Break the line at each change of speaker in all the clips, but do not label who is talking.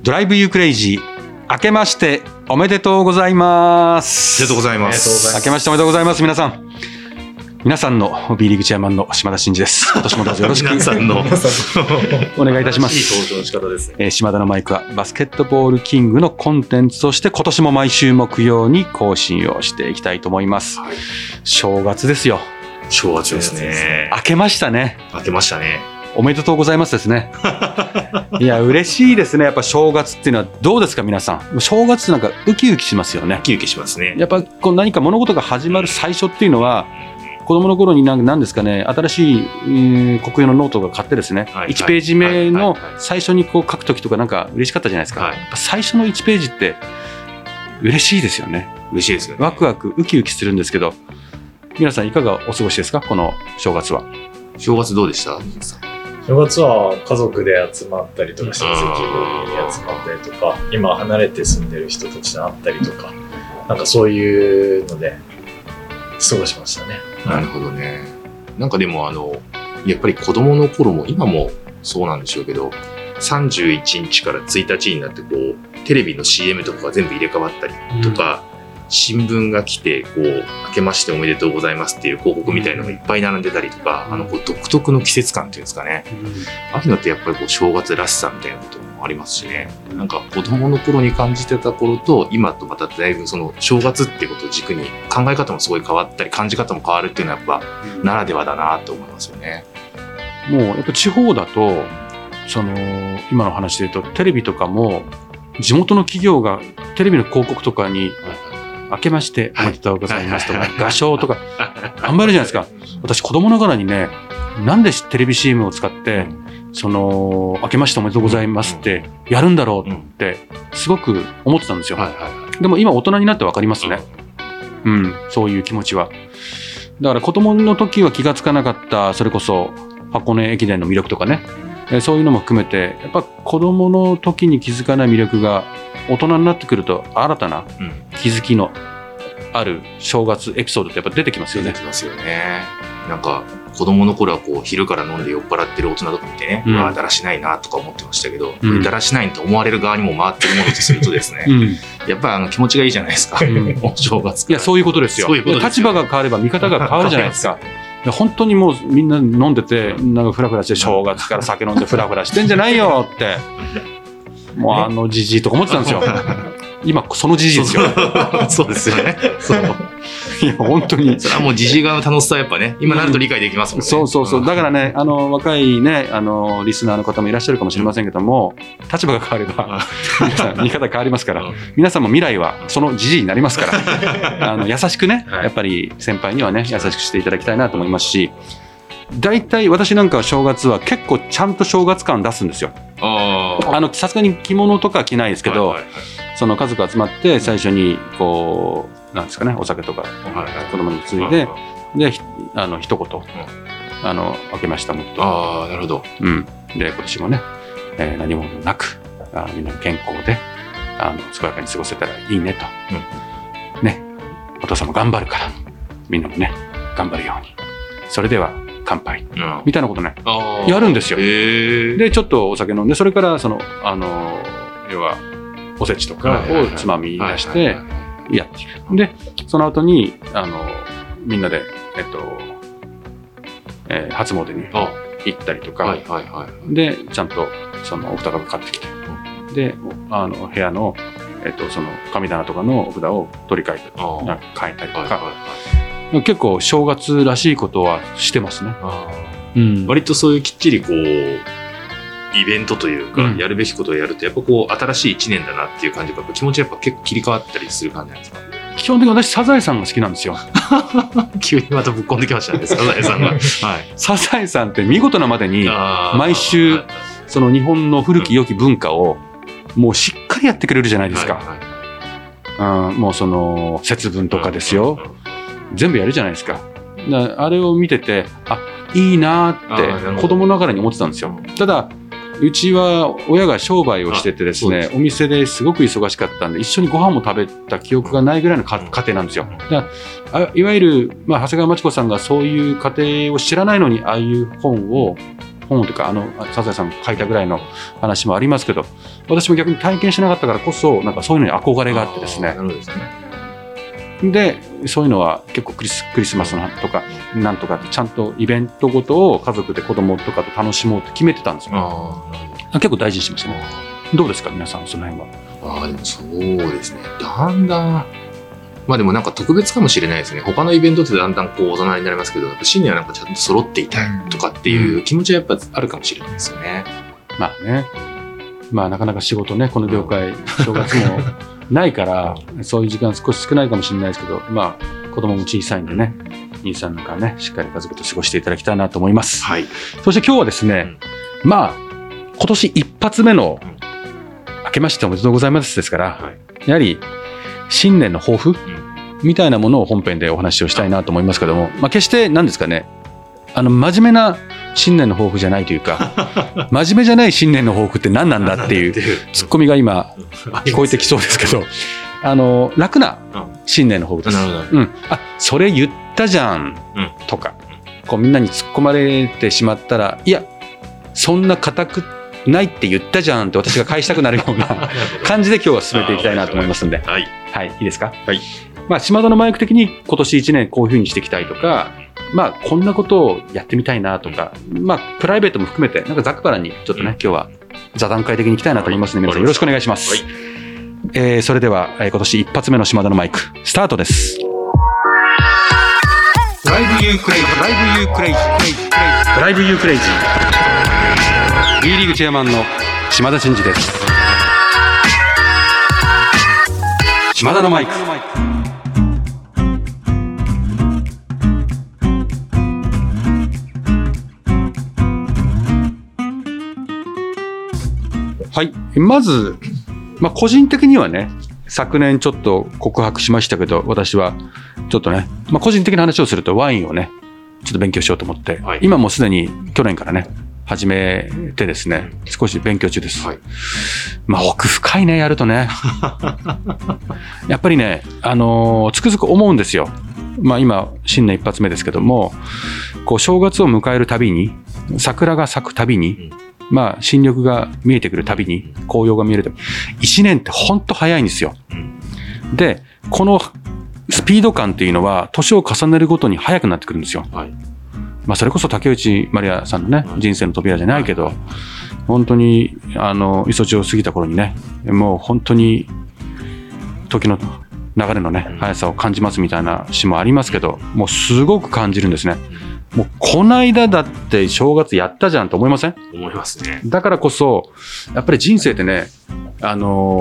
ドライブユークレイジー、明けましておめでとうございます。
ありがとうございます。
明けましておめでとうございます。皆さんの B リーグチェアマンの島田真二です。今年もどうぞよろしく
皆さんの
お願いいたします。
いい登場の仕方ですね。
島田のマイクはバスケットボールキングのコンテンツとして今年も毎週木曜に更新をしていきたいと思います、はい、正月ですよ。
正月ですね。
明けましたね。
明けましたね。
おめでとうございますですねいや嬉しいですね。やっぱ正月っていうのはどうですか皆さん。正月なんかウキウキしますよね。
ウキウキしますね。
やっぱこう何か物事が始まる最初っていうのは子供の頃に何ですかね、新しい、国用のノートが買ってですね、1ページ目の最初にこう書くときとかなんか嬉しかったじゃないですか、やっぱ最初の1ページって嬉しいですよね。
嬉しいですよね。
ワクワクウキウキするんですけど、皆さんいかがお過ごしですか、この正月は。
正月どうでした？
正月は家族で集まったりとか親戚に集まったりとか、今離れて住んでる人たちと会ったりとか、なんかそういうので過ごしましたね。
なるほどね。なんかでもやっぱり子供の頃も今もそうなんでしょうけど、31日から1日になってこうテレビの CM とかが全部入れ替わったりとか、新聞が来てこう明けましておめでとうございますっていう広告みたいなのがいっぱい並んでたりとか、こう独特の季節感っていうんですかね、ああいうのってやっぱりこう正月らしさみたいなこともありますしね。なんか子供の頃に感じてた頃と今とまただいぶその正月っていうことを軸に考え方もすごい変わったり感じ方も変わるっていうのはやっぱならではだなと思いますよね。
もうやっぱ地方だとその今の話で言うとテレビとかも地元の企業がテレビの広告とかに明けましておめでとうございますとか、画商とかあんまりじゃないですか。私子供ながらにね、なんでテレビ CM を使ってその明けましておめでとうございますってやるんだろうってすごく思ってたんですよ、でも今大人になって分かりますね、そういう気持ちは。だから子供の時は気がつかなかったそれこそ箱根駅伝の魅力とかね、そういうのも含めてやっぱ子供の時に気づかない魅力が大人になってくると新たな気づきのある正月エピソードってやっぱ出てきますよね。
出てきますよね。なんか子供の頃はこう昼から飲んで酔っ払ってる大人とか見てね、だらしないなとか思ってましたけど、だらしないと思われる側にも回ってるものとするとですね、やっぱり気持ちがいいじゃないですか、お正月から。
いやそういうことですよ。立場が変われば見方が変わるじゃないですか本当にもうみんな飲んでてなんかフラフラして正月から酒飲んでフラフラしてんじゃないよってもうじじいとか思ってたんですよ今そのじじいですよ
そうですよね。そう
いや本当に
それはもうじじい側の楽しさはやっぱね今なると理解できますもんね、
そうだからね若いねリスナーの方もいらっしゃるかもしれませんけども、立場が変われば皆さん見方変わりますから、皆さんも未来はそのじじいになりますから優しくね、やっぱり先輩にはね優しくしていただきたいなと思いますし、大体私なんかは正月は結構ちゃんと正月感出すんですよ。さすがに着物とか着ないですけど、その家族集まって最初にこうなんですかね、お酒とか子供についで、で一言明けましたもっと。
なるほど。
で今年もね、何もなくみんな健康で健やかに過ごせたらいいねと、ね、お父さんも頑張るからみんなもね頑張るように、それでは乾杯、みたいなことねやるんですよ。でちょっとお酒飲んで、それからその要はおせちとかをつまみ出してやっていく。でその後にみんなで初詣に行ったりとか、でちゃんとそのお札が買ってきて、で部屋のその神棚とかのお札を取り替えたりとか、結構正月らしいことはしてますね。
割とそういうきっちりこうイベントというか、やるべきことをやるとやっぱこう新しい1年だなっていう感じが気持ちやっぱ結構切り替わったりする感じなんですか？
基本的に私サザエさんが好きなんですよ
急にまたぶっ込んできましたねサザエさんが、
サザエさんって見事なまでに毎週その日本の古き良き文化をもうしっかりやってくれるじゃないですか。もうその節分とかですよ、全部やるじゃないですか。あれを見てていいなって子供ながらに思ってたんですよ。ただうちは親が商売をしててですね、お店ですごく忙しかったんで一緒にご飯も食べた記憶がないぐらいの家庭なんですよ。いわゆる、長谷川町子さんがそういう家庭を知らないのにああいう本を本というかサザエさん書いたぐらいの話もありますけど、私も逆に体験しなかったからこそなんかそういうのに憧れがあってですね。
なるほどですね。
でそういうのは結構クリスマスのとかなんとかちゃんとイベントごとを家族で子供とかと楽しもうって決めてたんですよ。結構大事にしましたね。どうですか皆さんその辺は。
でもそうですね。だんだんでもなんか特別かもしれないですね。他のイベントってだんだんこう大人になりますけど、新年はなんかちゃんと揃っていたいとかっていう気持ちはやっぱあるかもしれないですよね。
まあね。なかなか仕事ねこの業界正月もないからそういう時間少し少ないかもしれないですけど、子供も小さいんでね、兄さんなんかねしっかり家族と過ごしていただきたいなと思います。
はい。
そして今日はですね、今年一発目の明けましておめでとうございますですから、やはり新年の抱負みたいなものを本編でお話をしたいなと思いますけども、決して何ですかね、真面目な新年の抱負じゃないというか真面目じゃない新年の抱負って何なんだっていうツッコミが今聞こえてきそうですけど、楽な新年の抱負です。それ言ったじゃんとか、みんなに突っ込まれてしまったら、いやそんな固くないって言ったじゃんって私が返したくなるような感じで今日は進めていきたいなと思いますんで、はい、いいですか。はい。島田のマイク的に今年1年こういう風にしていきたいとか、こんなことをやってみたいなとか、プライベートも含めてなんかざっくばらんにちょっとね、今日は座談会的にいきたいなと思いますので、皆さんよろしくお願いします。それでは今年一発目の島田のマイクスタートです。ドライブユークレイジー、ドライブユークレイジー、ドライブユークレイジー、B リーグチェアマンの島田真二です。島田のマイク。はい、まず、個人的にはね、昨年ちょっと告白しましたけど、私はちょっとね、個人的な話をするとワインをねちょっと勉強しようと思って、今もうすでに去年からね始めてですね、少し勉強中です。奥深いね、やるとねやっぱりね、つくづく思うんですよ。今新年一発目ですけども、正月を迎えるたびに、桜が咲くたびに、新緑が見えてくるたびに、紅葉が見えるたびに、1年ってほんと早いんですよ。で、このスピード感っていうのは年を重ねるごとに速くなってくるんですよ。それこそ竹内まりやさんのね、人生の扉じゃないけど、本当にいそちを過ぎた頃にね、もう本当に時の流れのね速さを感じますみたいな詩もありますけど、もうすごく感じるんですね。もうこの間だって正月やったじゃんと思いません？
思いますね。
だからこそやっぱり人生ってね、あっ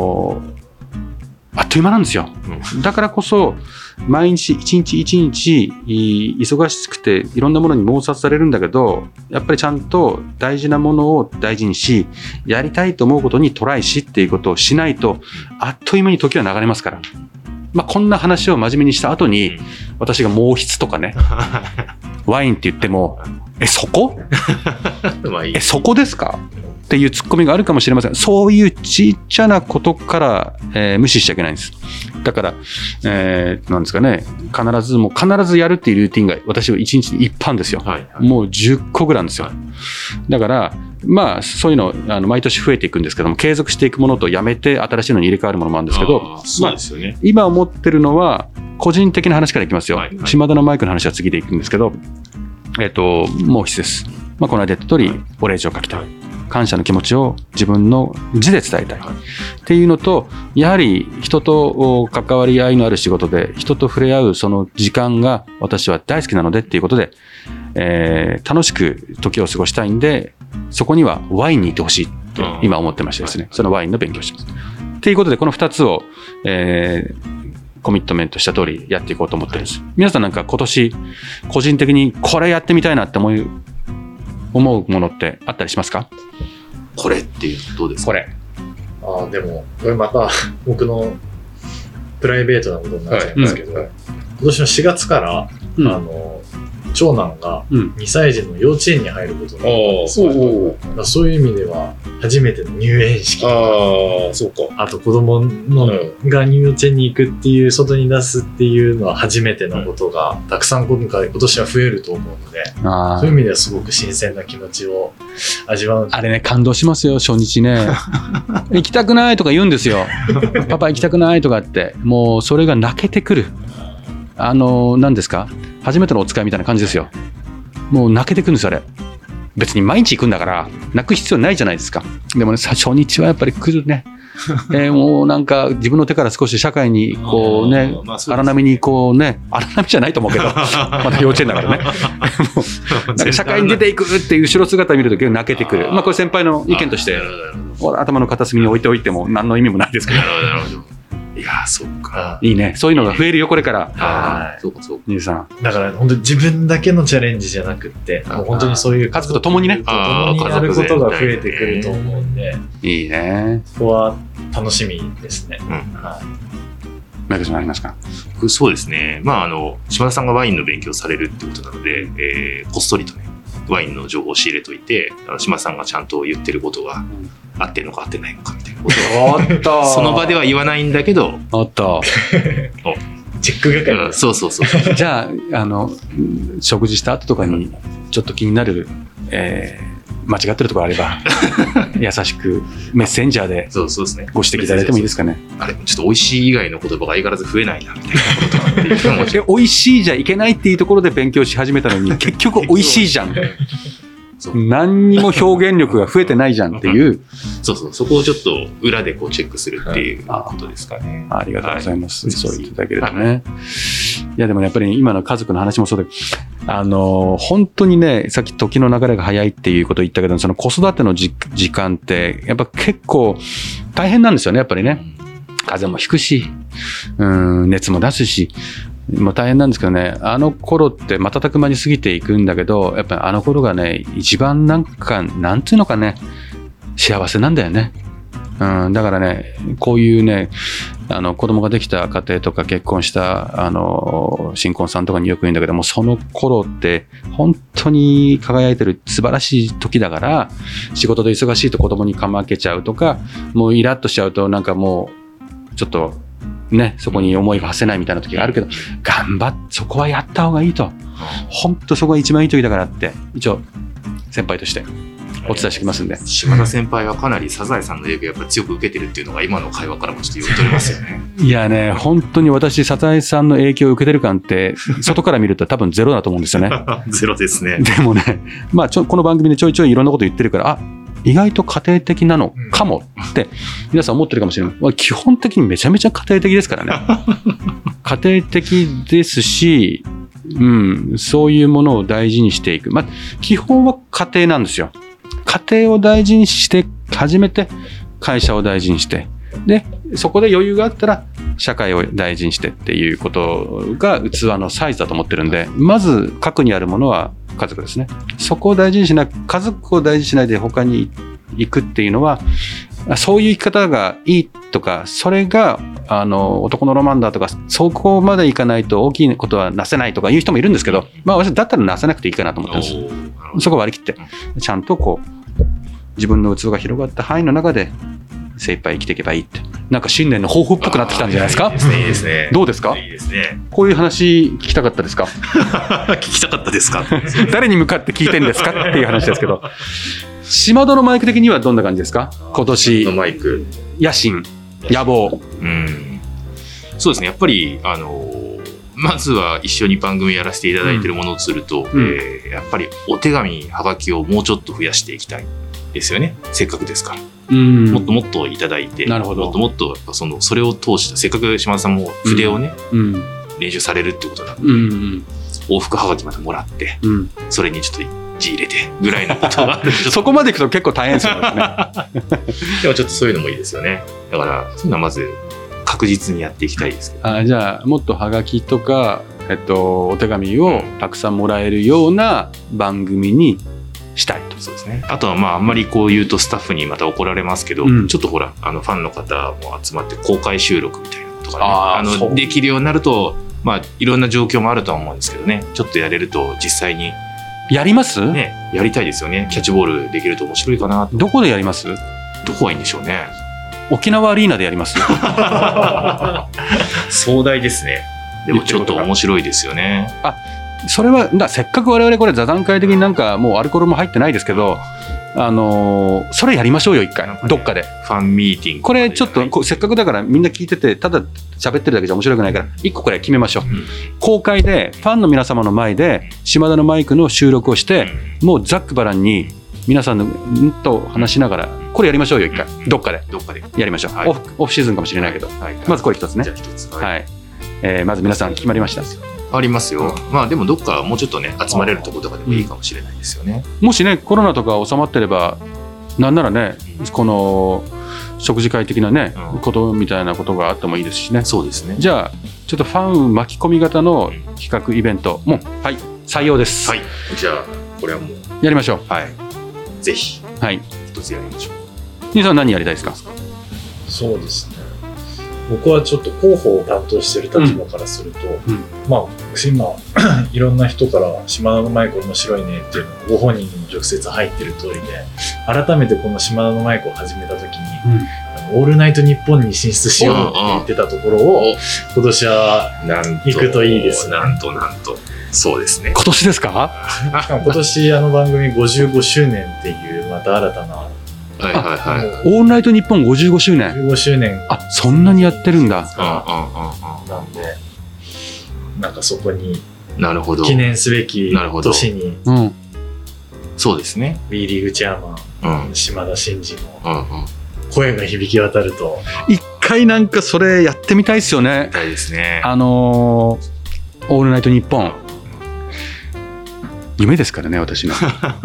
という間なんですよ。だからこそ毎日一日一日忙しくていろんなものに忙殺されるんだけど、やっぱりちゃんと大事なものを大事にし、やりたいと思うことにトライしっていうことをしないと、あっという間に時は流れますから。こんな話を真面目にした後に、私が毛筆とかねワインって言っても、そこそこですかっていうツッコミがあるかもしれません。そういうちっちゃなことから、無視しちゃいけないんです。だから、なんですかね、必ずやるっていうルーティンが私は1日に1班ですよ。もう10個ぐらいなんですよ。だからそういうの毎年増えていくんですけども、継続していくものとやめて新しいのに入れ替わるものもあるんですけど、
そうですよね。
今思ってるのは個人的な話からいきますよ。島田のマイクの話は次でいくんですけど、毛筆です。この間言った通りお礼状を書きたい、感謝の気持ちを自分の字で伝えたいっていうのと、やはり人と関わり合いのある仕事で人と触れ合うその時間が私は大好きなのでっていうことで、楽しく時を過ごしたいんで、そこにはワインにいてほしいって今思ってましてですね、そのワインの勉強をしますっていうことで、この2つを、コミットメントした通りやっていこうと思ってるんです。皆さんなんか今年個人的にこれやってみたいなって思うものってあったりしますか？
これっていうのどうですか？
これでもこれまた僕のプライベートなことになっちゃいますけど、今年の4月から、 長男が
うん
2歳児の幼稚園に入ることになったんですよ、
お
だからそういう意味では初めての入園式とか、
ああ、そうか。
あと子供のが幼稚園に行くっていう、外に出すっていうのは初めてのことがたくさん今年は増えると思うので、
あ
そういう意味ではすごく新鮮な気持ちを味わう。
あれね、感動しますよ、初日ね。行きたくないとか言うんですよ。パパ行きたくないとかって、もうそれが泣けてくる。何ですか、初めてのお使いみたいな感じですよ。もう泣けてくるんですよ、あれ。別に毎日行くんだから泣く必要ないじゃないですか。でもね、初日はやっぱり来るね。もうなんか自分の手から少し社会にこうね、荒波にこうね、荒波じゃないと思うけど、まだ幼稚園だからね。もうなんか社会に出ていくっていう後ろ姿見ると結構泣けてくる。まあこれ先輩の意見として頭の片隅に置いておいても何の意味もないですけど。
なるほど。いやー、そうか。
いいね。そういうのが増えるよ、これから。
はい
そうか、そうか。
兄さん。
だから本当に自分だけのチャレンジじゃなくって、もう本当にそういう
家族と共にね。
共にやることが増えてくると思うんで、
いいね。
そこは楽しみですね。
うん。
はい。
マイクさんありますか？
僕そうですね。まあ、島田さんがワインの勉強されるってことなので、こっそりとね、ワインの情報を仕入れといて、島田さんがちゃんと言ってることが合ってるのか合ってないのかみたいなことを
おっと
その場では言わないんだけど、
おっと。
チェック係
うん、
です。
そうそうそう。
じゃあ、食事した後とかにちょっと気になる、間違ってるところあれば優しくメッセンジャーで
そうですね。
ご指摘いただいてもいいですかね。
あれ、ちょっと美味しい以外の言葉が相変わらず増えないなみたいなこととかっていうのも
美味しいじゃいけないっていうところで勉強し始めたのに結局美味しいじゃん。
そう
何にも表現力が増えてないじゃんっていう。
そう、そこをちょっと裏でこうチェックするっていうことですかね。
ありがとうございます。
はい
そう言っていただけるとね。いやでもね、やっぱり今の家族の話もそうだけど、本当にね、さっき時の流れが早いっていうことを言ったけど、その子育ての時間って、やっぱ結構大変なんですよね、やっぱりね。風邪もひくし、熱も出すし、もう大変なんですけどね、あの頃って瞬く間に過ぎていくんだけど、やっぱりあの頃がね、一番なんていうのかね、幸せなんだよね。だからね、こういうね、子供ができた家庭とか結婚した新婚さんとかによく言うんだけども、その頃って本当に輝いてる素晴らしい時だから、仕事で忙しいと子供にかまけちゃうとか、もうイラッとしちゃうとなんかもうちょっとね、そこに思いが馳せないみたいな時があるけど、頑張ってそこはやった方がいいと、本当そこが一番いい時だからって一応先輩としてお伝えしてきますんで。
島田先輩はかなりサザエさんの影響をやっぱり強く受けてるっていうのが今の会話からもちょっと読み取れますよね。
いやね、本当に私サザエさんの影響を受けてる感って外から見ると多分ゼロだと思うんですよね。
ゼロですね。
でもね、まあこの番組でちょいちょいいろんなこと言ってるから、意外と家庭的なのかもって皆さん思ってるかもしれない。基本的にめちゃめちゃ家庭的ですからね。家庭的ですし、そういうものを大事にしていく。まあ基本は家庭なんですよ。家庭を大事にして初めて会社を大事にして、でそこで余裕があったら社会を大事にしてっていうことが器のサイズだと思ってるんで、まず核にあるものは家族ですね。そこを大事にしない、家族を大事にしないで他に行くっていうのは、そういう生き方がいいとか、それが男のロマンだとか、そこまでいかないと大きいことはなせないとかいう人もいるんですけど、まあ私だったらなせなくていいかなと思ってるんです。そこを割り切ってちゃんとこう自分の器が広がった範囲の中で精一杯生きていけばいいって、なんか新年の抱負っぽくなってきたんじゃないですか。
いいですね、いいですね。
どうですか。
いいですね。
こういう話聞きたかったですか。
聞きたかったですか。
誰に向かって聞いてんですかっていう話ですけど、島田のマイク的にはどんな感じですか。今年
のマイク、
野心、野望。
そうですね、やっぱりまずは一緒に番組やらせていただいているものをすると、やっぱりお手紙はがきをもうちょっと増やしていきたいですよね。せっかくですから、もっともっといただいて、
なるほど、
もっともっとやっぱそれを通して、せっかく島田さんも筆をね、練習されるってことなので、往復はがきまでもらって、それにちょっと字入れてぐらいのことがある
そこまでいくと結構大変ですよね。
でもちょっとそういうのもいいですよね。だからそういうのはまず確実にやっていきたいですけど。
じゃあもっとはがきとか、お手紙をたくさんもらえるような番組にしたいと。
そうですね。あとはまああんまりこう言うとスタッフにまた怒られますけど、ちょっとほらファンの方も集まって公開収録みたいなのとかね、できるようになるとまあいろんな状況もあるとは思うんですけどね、ちょっとやれると実際に
やります？
ね、やりたいですよね。キャッチボールできると面白いかな。
どこでやります？
どこがいいんでしょうね。
沖縄アリーナでやります？
壮大ですね。でもちょっと面白いですよね。
それはせっかく我々これ座談会的になんかもうアルコールも入ってないですけど、それやりましょうよ一回、どっかで
ファンミーティング。
これちょっとせっかくだからみんな聞いててただ喋ってるだけじゃ面白くないから一個これ決めましょう、公開でファンの皆様の前で島田のマイクの収録をして、もうざっくばらんに皆さんのと話しながらこれやりましょうよ一回、どっかでやりましょう、
はい、
オフシーズンかもしれないけど、まずこれ一つね。
じゃあ一つ、
はい、まず皆さん決まりました？
ありますよ。まあでもどっかもうちょっとね集まれるところとかでもいいかもしれないですよね。
もしねコロナとか収まってればなんならね、この食事会的なね、ことみたいなことがあってもいいですしね。
そうですね。
じゃあちょっとファン巻き込み型の企画イベントもはい採用です。
はい。じゃあこれはもう
やりましょう。
はい。ぜひ
はい
一つやりましょう。
兄さん何やりたいですか？
そうですね。僕はちょっと広報を担当している立場からすると、まあ今いろんな人から島田のマイク面白いねっていうのがご本人にも直接入ってる通りで、改めてこの島田のマイクを始めた時に、オールナイトニッポンに進出しようって言ってたところを今年は行くといいですね。
なんとそうですね。
今年ですか？
しかも今年番組55周年っていうまた新たな
オールナイトニッポン55周年。
55周年。
そんなにやってるんだ。
なんで、なんかそこに
記
念すべき年に、
そうですね。
B リーグチェアマン、島田真二の声が響き渡ると、
一回なんかそれやってみたいですよね。
たいですね。
オールナイトニッポン夢ですからね、私の。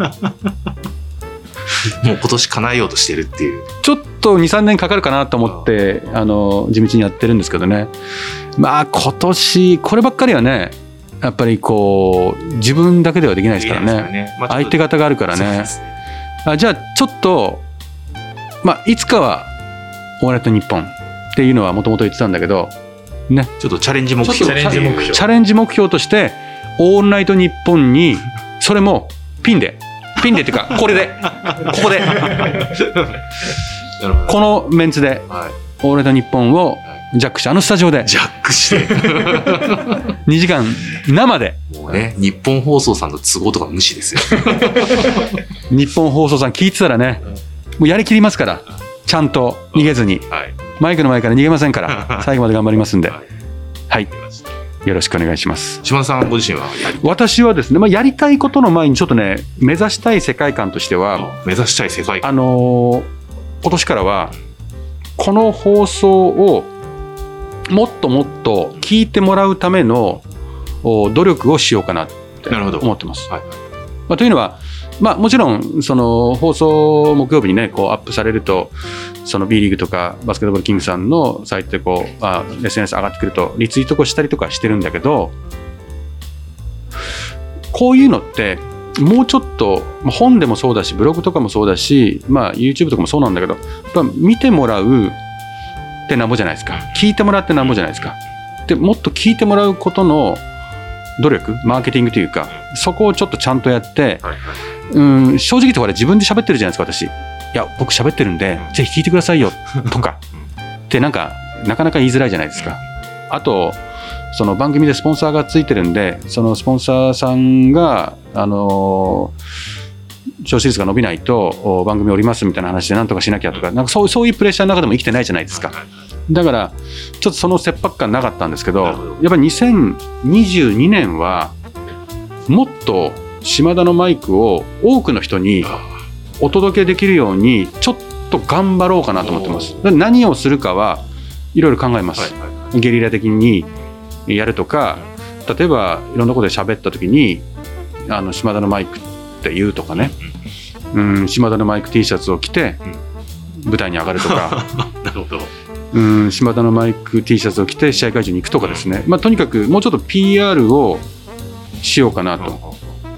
もう今年叶えようとしてるっていう。
ちょっと 2,3 年かかるかなと思って地道にやってるんですけどね。まあ今年こればっかりはね、やっぱりこう自分だけではできないですからね。相手方があるからね。じゃあちょっといつかはオールナイトニッポンっていうのはもともと言ってたんだけどね、
ちょっとチャレンジ目標
としてオールナイトニッポンにそれもピンでっていうかここでこのメンツでオールナイトニッポンをジャックしてスタジオで
ジャックして
2時間生で
もうね、日本放送さんの都合とか無視ですよ。
日本放送さん聞いてたらね、もうやりきりますから、ちゃんと逃げずに、マイクの前から逃げませんから最後まで頑張りますんで、はい、よろしくお願いします。
島田さんご自身は
私はですね、やりたいことの前にちょっとね、目指したい世界観としては、
目指したい世界観、
今年からはこの放送をもっともっと聞いてもらうための努力をしようかなって思ってます。というのは、もちろんその放送木曜日にねこうアップされると、その B リーグとかバスケットボールキングさんのサイトでこうSNS 上がってくるとリツイートしたりとかしてるんだけど、こういうのってもうちょっと本でもそうだし、ブログとかもそうだし、YouTube とかもそうなんだけど、やっぱ見てもらうってなんぼじゃないですか、聞いてもらってなんぼじゃないですか。でもっと聞いてもらうことの努力、マーケティングというか、そこをちょっとちゃんとやって、正直言ってこれ自分で喋ってるじゃないですか。私、いや僕喋ってるんでぜひ聞いてくださいよとかってなかなか言いづらいじゃないですか。あとその番組でスポンサーがついてるんで、そのスポンサーさんが聴取率が伸びないと番組降りますみたいな話でなんとかしなきゃとか、なんかそういうプレッシャーの中でも生きてないじゃないですか。だからちょっとその切迫感なかったんですけど、やっぱり2022年はもっと島田のマイクを多くの人にお届けできるようにちょっと頑張ろうかなと思ってます。何をするかはいろいろ考えます。ゲリラ的にやるとか、例えばいろんなことで喋った時に島田のマイクって言うとかね、島田のマイク T シャツを着て舞台に上がるとか
なるほど。
島田のマイク T シャツを着て試合会場に行くとかですね、とにかくもうちょっと PR をしようかなと、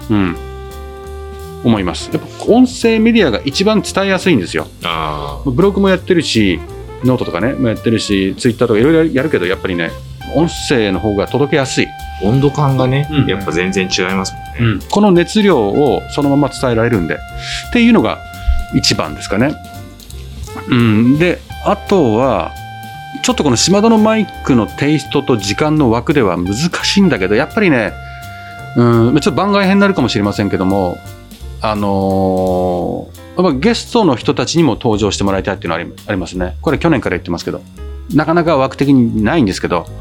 思います。やっぱ音声メディアが一番伝えやすいんですよ。ブログもやってるし、ノートとかねもやってるし、ツイッターとかいろいろやるけど、やっぱりね音声の方が届けやすい、
温度感がね、
うん
やっぱ全然違いますもんね。
この熱量をそのまま伝えられるんでっていうのが一番ですかね。であとはちょっとこの島田のマイクのテイストと時間の枠では難しいんだけど、やっぱりね、ちょっと番外編になるかもしれませんけども、ゲストの人たちにも登場してもらいたいっていうのはありますね。これ去年から言ってますけど、なかなか枠的にないんですけど、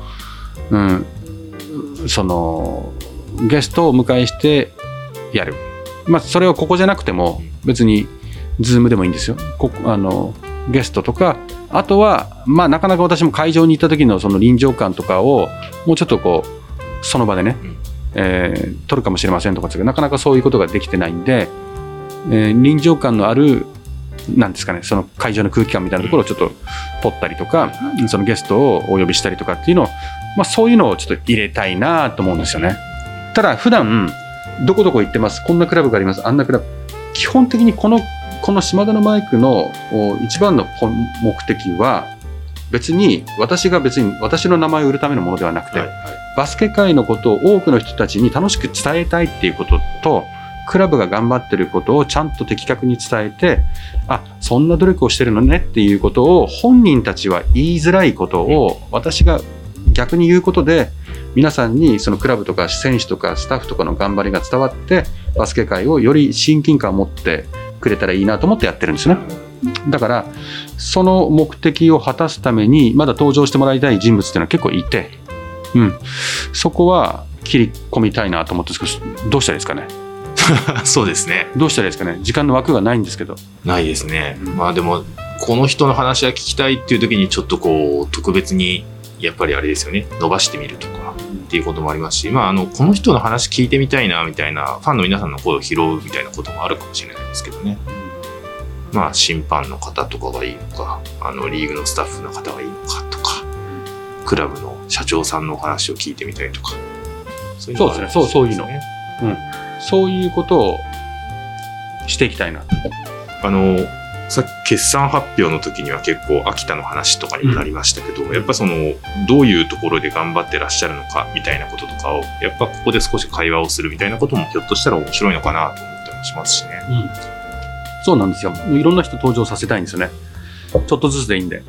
そのゲストをお迎えしてやる、それはここじゃなくても別にズームでもいいんですよ。ゲストとか、あとはなかなか私も会場に行った時のその臨場感とかをもうちょっとこうその場でね、撮るかもしれませんとかですけど、なかなかそういうことができてないんで、臨場感のあるなんですかね、その会場の空気感みたいなところをちょっと撮ったりとか、そのゲストをお呼びしたりとかっていうのを、そういうのをちょっと入れたいなと思うんですよね。ただ普段どこどこ行ってます、こんなクラブがあります、あんなクラブ、基本的にこの島田のマイクの一番の目的は別に私の名前を売るためのものではなくて、バスケ界のことを多くの人たちに楽しく伝えたいっていうことと、クラブが頑張ってることをちゃんと的確に伝えて、そんな努力をしてるのねっていうことを本人たちは言いづらいことを私が逆に言うことで、皆さんにそのクラブとか選手とかスタッフとかの頑張りが伝わって、バスケ界をより親近感を持ってくれたらいいなと思ってやってるんですね。だからその目的を果たすためにまだ登場してもらいたい人物っていうのは結構いて、そこは切り込みたいなと思ってるんですけど、どうしたらいいですかね。
そうですね。
どうしたらいいですかね。時間の枠がないんですけど。
ないですね。でもこの人の話は聞きたいっていう時にちょっとこう特別にやっぱりあれですよね、伸ばしてみるとかっていうこともありますし、この人の話聞いてみたいなみたいな、ファンの皆さんの声を拾うみたいなこともあるかもしれないですけどね。審判の方とかがいいのか、リーグのスタッフの方がいいのかとか、クラブの社長さんのお話を聞いてみたいとか、そういうのがあるんですね。そういうの、
そういうことをしていきたいな。
さっき決算発表の時には結構秋田の話とかにもなりましたけど、やっぱどういうところで頑張ってらっしゃるのかみたいなこととかをやっぱここで少し会話をするみたいなこともひょっとしたら面白いのかなと思ったりもしますしね。
そうなんですよ。いろんな人登場させたいんですよね。ちょっとずつでいいんで、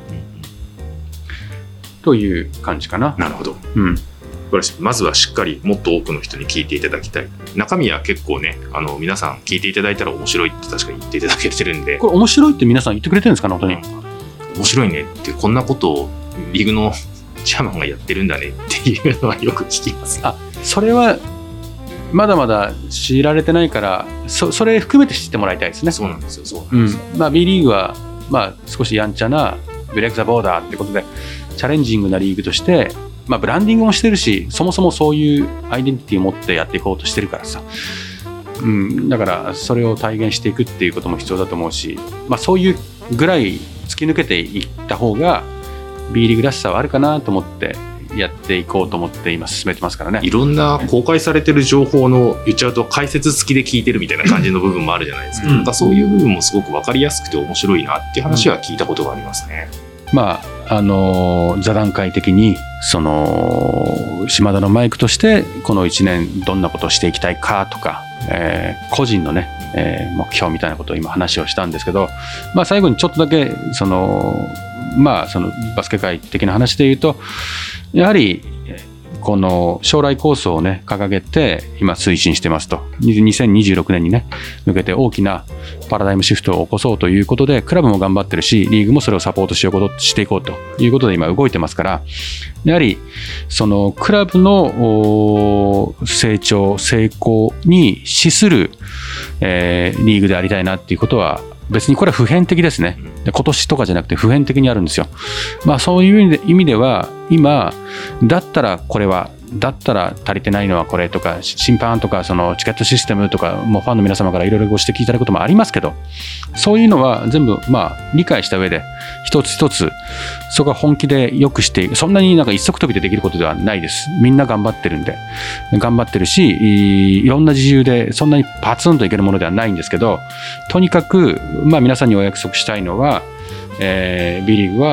という感じかな。
なるほど。まずはしっかりもっと多くの人に聞いていただきたい。中身は結構ね、皆さん聞いていただいたら面白いって確かに言っていただけてるんで。
これ面白いって皆さん言ってくれてるんですかね、本当に。
面白いねって、こんなことをリーグのチェアマンがやってるんだねっていうのはよく聞きます。
それはまだまだ知られてないから、それ含めて知ってもらいたいですね。
そうなんですよ。
B リーグは少しやんちゃなブレイク・ザ・ボーダーってことでチャレンジングなリーグとして、ブランディングもしてるし、そもそもそういうアイデンティティを持ってやっていこうとしてるからさ、だからそれを体現していくっていうことも必要だと思うし、そういうぐらい突き抜けていった方が B リーグらしさはあるかなと思ってやっていこうと思って今進めてますからね。
いろんな公開されてる情報の言っちゃうと解説付きで聞いてるみたいな感じの部分もあるじゃないですか。そういう部分もすごく分かりやすくて面白いなっていう話は聞いたことがありますね。
座談会的に島田のマイクとしてこの1年どんなことをしていきたいかとか、個人のね、目標みたいなことを今話をしたんですけど、最後にちょっとだけそのバスケ界的な話で言うと、やはりこの将来構想をね掲げて今推進してますと。2026年にね向けて大きなパラダイムシフトを起こそうということで、クラブも頑張ってるし、リーグもそれをサポートしていこうということで今動いてますから、やはりそのクラブの成長成功に資する、リーグでありたいなっていうことは、別にこれは普遍的ですね。今年とかじゃなくて普遍的にあるんですよ。そういう意味では今だったらこれは、だったら足りてないのはこれとか、審判とかそのチケットシステムとか、もうファンの皆様からいろいろご指摘いただくこともありますけど、そういうのは全部理解した上で一つ一つそこは本気で良くしていく。そんなに一足飛びでできることではないです。みんな頑張ってるんで、頑張ってるし、いろんな自由でそんなにパツンといけるものではないんですけど、とにかく皆さんにお約束したいのは、B リーグは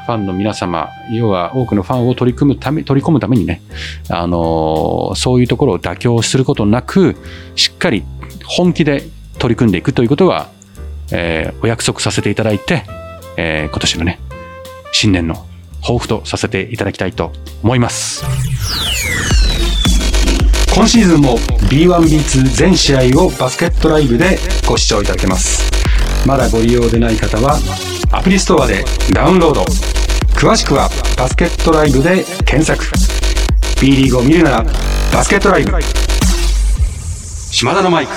ファンの皆様、要は多くのファンを取り込むためにね、そういうところを妥協することなく、しっかり本気で取り組んでいくということは、お約束させていただいて、今年のね、新年の抱負とさせていただきたいと思います。今シーズンも B1B2 全試合をバスケットライブでご視聴いただけます。まだご利用でない方はアプリストアでダウンロード。詳しくはバスケットライブで検索。 B リーグを見るならバスケットライブ。島田のマイク。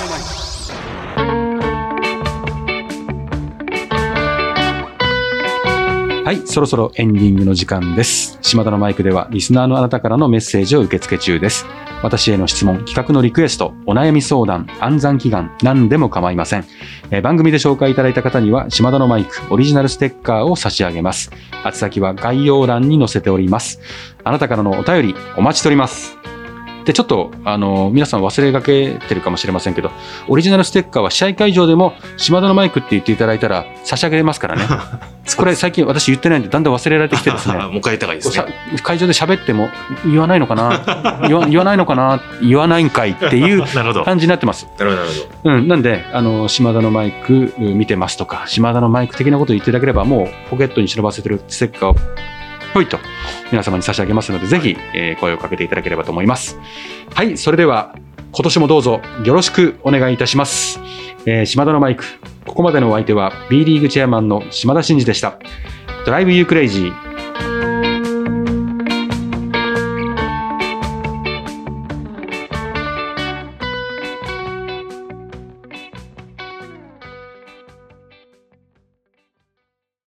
はい、そろそろエンディングの時間です。島田のマイクではリスナーのあなたからのメッセージを受け付け中です。私への質問、企画のリクエスト、お悩み相談、暗算祈願、何でも構いません。番組で紹介いただいた方には島田のマイクオリジナルステッカーを差し上げます。宛先は概要欄に載せております。あなたからのお便りお待ちしております。で、ちょっと皆さん忘れがけてるかもしれませんけど、オリジナルステッカーは試合会場でも島田のマイクって言っていただいたら差し上げますからね。これ最近私言ってないんでだんだん忘れられてきてですね。
もう一回言った方がいいですね。
会場で喋っても言わないのかな言わないのかな、言わないんかいっていう感じになってます。
なるほど。
なんで島田のマイク見てますとか、島田のマイク的なことを言っていただければ、もうポケットに忍ばせてるステッカーをほいと皆様に差し上げますので、ぜひ、声をかけていただければと思います。はい、それでは今年もどうぞよろしくお願いいたします。島田のマイク、ここまでのお相手は B リーグチェアマンの島田真二でした。ドライブユークレイジー、